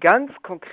ganz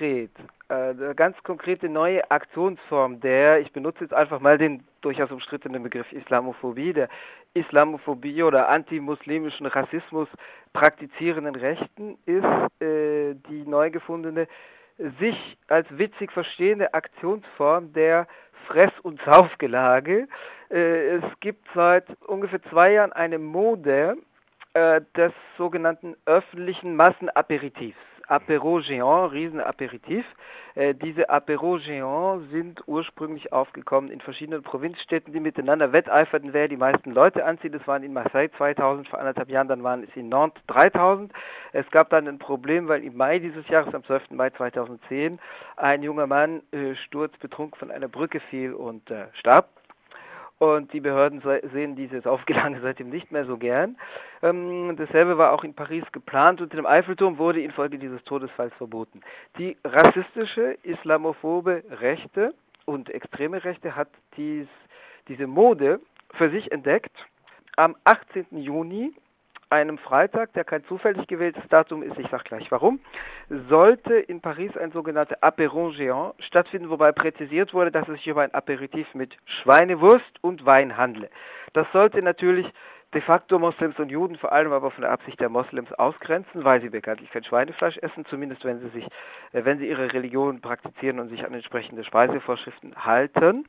konkrete neue Aktionsform ich benutze jetzt einfach mal den durchaus umstrittenen Begriff Islamophobie, der Islamophobie oder antimuslimischen Rassismus praktizierenden Rechten ist die neu gefundene, sich als witzig verstehende Aktionsform der Fress- und Saufgelage. Es gibt seit ungefähr 2 Jahren eine Mode des sogenannten öffentlichen Massenaperitifs. Apéro Géant, Riesenaperitif. Diese Apéro Géant sind ursprünglich aufgekommen in verschiedenen Provinzstädten, die miteinander wetteiferten, wer die meisten Leute anzieht. Das waren in Marseille 2000, vor 1,5 Jahren, dann waren es in Nantes 3000. Es gab dann ein Problem, weil im Mai dieses Jahres, am 12. Mai 2010, ein junger Mann sturzbetrunken von einer Brücke fiel und starb. Und die Behörden sehen dieses Aufgelange seitdem nicht mehr so gern. Dasselbe war auch in Paris geplant. Unter dem Eiffelturm wurde infolge dieses Todesfalls verboten. Die rassistische, islamophobe Rechte und extreme Rechte hat diese Mode für sich entdeckt. Am 18. Juni, einem Freitag, der kein zufällig gewähltes Datum ist, ich sage gleich warum, sollte in Paris ein sogenannter Apéro Géant stattfinden, wobei präzisiert wurde, dass es sich über ein Aperitif mit Schweinewurst und Wein handle. Das sollte natürlich de facto Moslems und Juden, vor allem aber von der Absicht der Moslems, ausgrenzen, weil sie bekanntlich kein Schweinefleisch essen, zumindest wenn sie ihre Religion praktizieren und sich an entsprechende Speisevorschriften halten.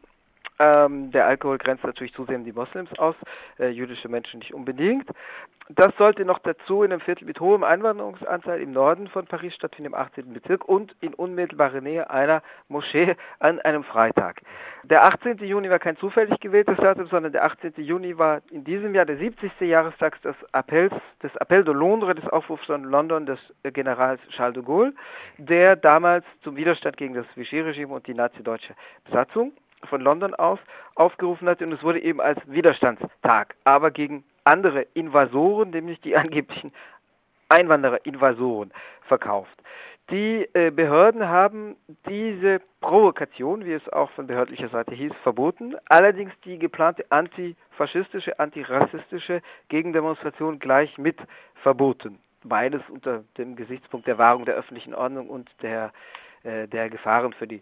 Der Alkohol grenzt natürlich zunehmend die Moslems aus, jüdische Menschen nicht unbedingt. Das sollte noch dazu in einem Viertel mit hohem Einwanderungsanteil im Norden von Paris stattfinden, im 18. Bezirk und in unmittelbarer Nähe einer Moschee an einem Freitag. Der 18. Juni war kein zufällig gewähltes Datum, sondern der 18. Juni war in diesem Jahr der 70. Jahrestag des Appel de Londres, des Aufrufs von London des Generals Charles de Gaulle, der damals zum Widerstand gegen das Vichy-Regime und die nazideutsche Besatzung von London aus aufgerufen hatte, und es wurde eben als Widerstandstag, aber gegen andere Invasoren, nämlich die angeblichen Einwanderer-Invasoren, verkauft. Die Behörden haben diese Provokation, wie es auch von behördlicher Seite hieß, verboten, allerdings die geplante antifaschistische, antirassistische Gegendemonstration gleich mit verboten. Beides unter dem Gesichtspunkt der Wahrung der öffentlichen Ordnung und der Gefahren für die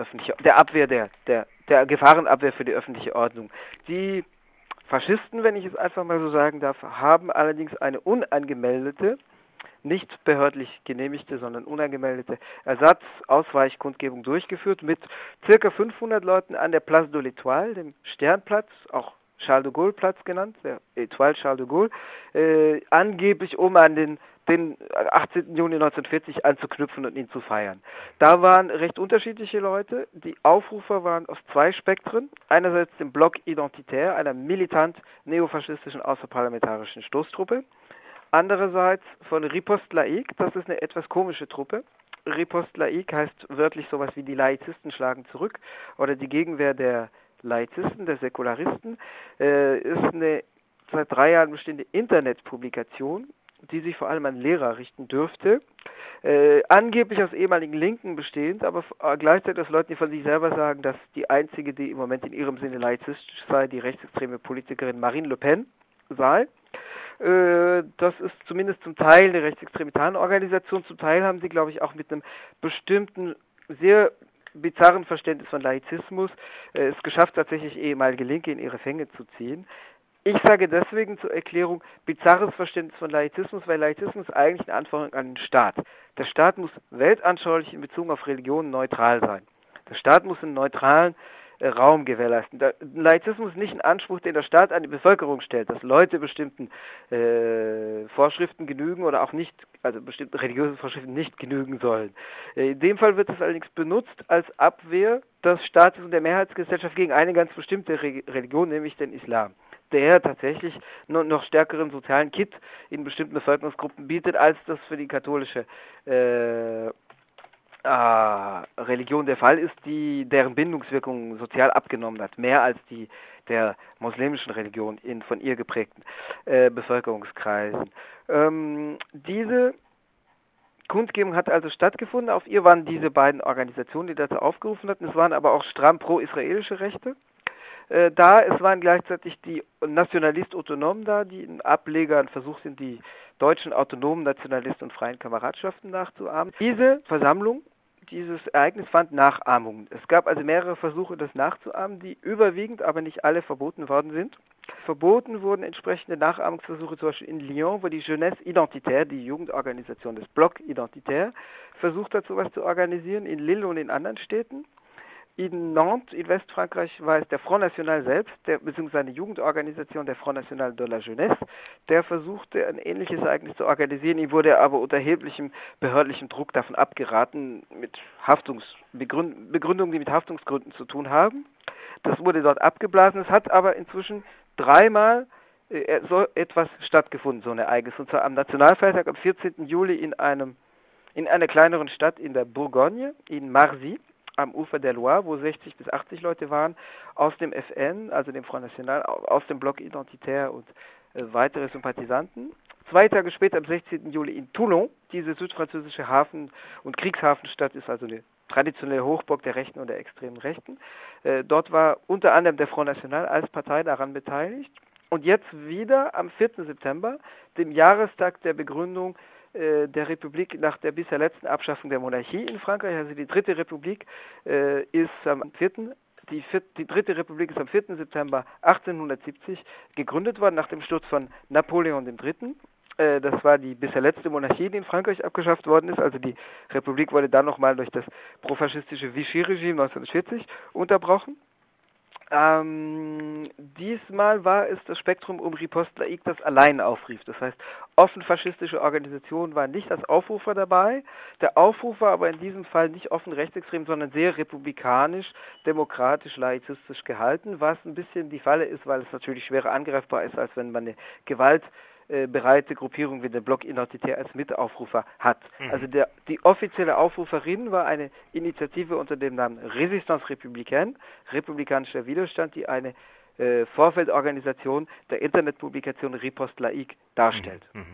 der Gefahrenabwehr für die öffentliche Ordnung. Die Faschisten, wenn ich es einfach mal so sagen darf, haben allerdings eine unangemeldete, nicht behördlich genehmigte, sondern unangemeldete Ersatzausweichkundgebung durchgeführt mit ca. 500 Leuten an der Place de l'Étoile, dem Sternplatz, auch Charles de Gaulle Platz genannt, der Étoile Charles de Gaulle, angeblich um an den 18. Juni 1940 anzuknüpfen und ihn zu feiern. Da waren recht unterschiedliche Leute. Die Aufrufer waren aus 2 Spektren. Einerseits dem Bloc Identitaire, einer militant neofaschistischen außerparlamentarischen Stoßtruppe. Andererseits von Riposte Laïque, das ist eine etwas komische Truppe. Riposte Laïque heißt wörtlich sowas wie die Laizisten schlagen zurück oder die Gegenwehr der Laizisten, der Säkularisten, ist eine seit 3 Jahren bestehende Internetpublikation, die sich vor allem an Lehrer richten dürfte, angeblich aus ehemaligen Linken bestehend, aber gleichzeitig aus Leuten, die von sich selber sagen, dass die einzige, die im Moment in ihrem Sinne laizistisch sei, die rechtsextreme Politikerin Marine Le Pen sei. Das ist zumindest zum Teil eine rechtsextreme Tarnorganisation, zum Teil haben sie, glaube ich, auch mit einem bestimmten, sehr bizarren Verständnis von Laizismus es geschafft, tatsächlich ehemalige Linke in ihre Fänge zu ziehen. Ich sage deswegen zur Erklärung bizarres Verständnis von Laizismus, weil Laizismus eigentlich eine Anforderung an den Staat. Der Staat muss weltanschaulich in Bezug auf Religion neutral sein. Der Staat muss einen neutralen Raum gewährleisten. Der Laizismus ist nicht ein Anspruch, den der Staat an die Bevölkerung stellt, dass Leute bestimmten Vorschriften genügen oder auch nicht, also bestimmten religiösen Vorschriften nicht genügen sollen. In dem Fall wird es allerdings benutzt als Abwehr des Staates und der Mehrheitsgesellschaft gegen eine ganz bestimmte Religion, nämlich den Islam, der tatsächlich noch stärkeren sozialen Kit in bestimmten Bevölkerungsgruppen bietet, als das für die katholische Religion der Fall ist, deren Bindungswirkung sozial abgenommen hat, mehr als die der muslimischen Religion in von ihr geprägten Bevölkerungskreisen. Diese Kundgebung hat also stattgefunden. Auf ihr waren diese beiden Organisationen, die dazu aufgerufen hatten. Es waren aber auch stramm pro-israelische Rechte. Es waren gleichzeitig die Nationalist-Autonomen da, die ein Ableger, ein Versuch sind, die deutschen autonomen Nationalisten und freien Kameradschaften nachzuahmen. Diese Versammlung, dieses Ereignis fand Nachahmung. Es gab also mehrere Versuche, das nachzuahmen, die überwiegend, aber nicht alle verboten worden sind. Verboten wurden entsprechende Nachahmungsversuche zum Beispiel in Lyon, wo die Jeunesse Identitaire, die Jugendorganisation des Bloc Identitaire, versucht hat, sowas zu organisieren, in Lille und in anderen Städten. In Nantes, in Westfrankreich, war es der Front National selbst, beziehungsweise eine Jugendorganisation, der Front National de la Jeunesse, der versuchte, ein ähnliches Ereignis zu organisieren. Ihm wurde aber unter erheblichem behördlichem Druck davon abgeraten, mit Begründungen, die mit Haftungsgründen zu tun haben. Das wurde dort abgeblasen. Es hat aber inzwischen dreimal so etwas stattgefunden, so ein Ereignis. Und zwar am Nationalfeiertag am 14. Juli in einer kleineren Stadt in der Bourgogne, in Marsy, am Ufer der Loire, wo 60 bis 80 Leute waren, aus dem FN, also dem Front National, aus dem Bloc Identitaire und weitere Sympathisanten. 2 Tage später, am 16. Juli in Toulon, diese südfranzösische Hafen- und Kriegshafenstadt ist also eine traditionelle Hochburg der Rechten und der extremen Rechten. Dort war unter anderem der Front National als Partei daran beteiligt. Und jetzt wieder am 4. September, dem Jahrestag der Begründung der Republik nach der bisher letzten Abschaffung der Monarchie in Frankreich, also die Dritte Republik ist am 4. Die Dritte Republik ist am 4. September 1870 gegründet worden, nach dem Sturz von Napoleon III. Das war die bisher letzte Monarchie, die in Frankreich abgeschafft worden ist. Also die Republik wurde dann nochmal durch das profaschistische Vichy-Regime 1940 unterbrochen. Diesmal war es das Spektrum um Riposte Laïque, das allein aufrief. Das heißt, offen faschistische Organisationen waren nicht als Aufrufer dabei. Der Aufruf war aber in diesem Fall nicht offen rechtsextrem, sondern sehr republikanisch, demokratisch, laizistisch gehalten, was ein bisschen die Falle ist, weil es natürlich schwerer angreifbar ist, als wenn man eine gewaltbereite Gruppierung wie der Bloc Identitaire als Mitaufrufer hat. Also die offizielle Aufruferin war eine Initiative unter dem Namen Résistance Républicaine, republikanischer Widerstand, die eine Vorfeldorganisation der Internetpublikation Riposte Laïque darstellt.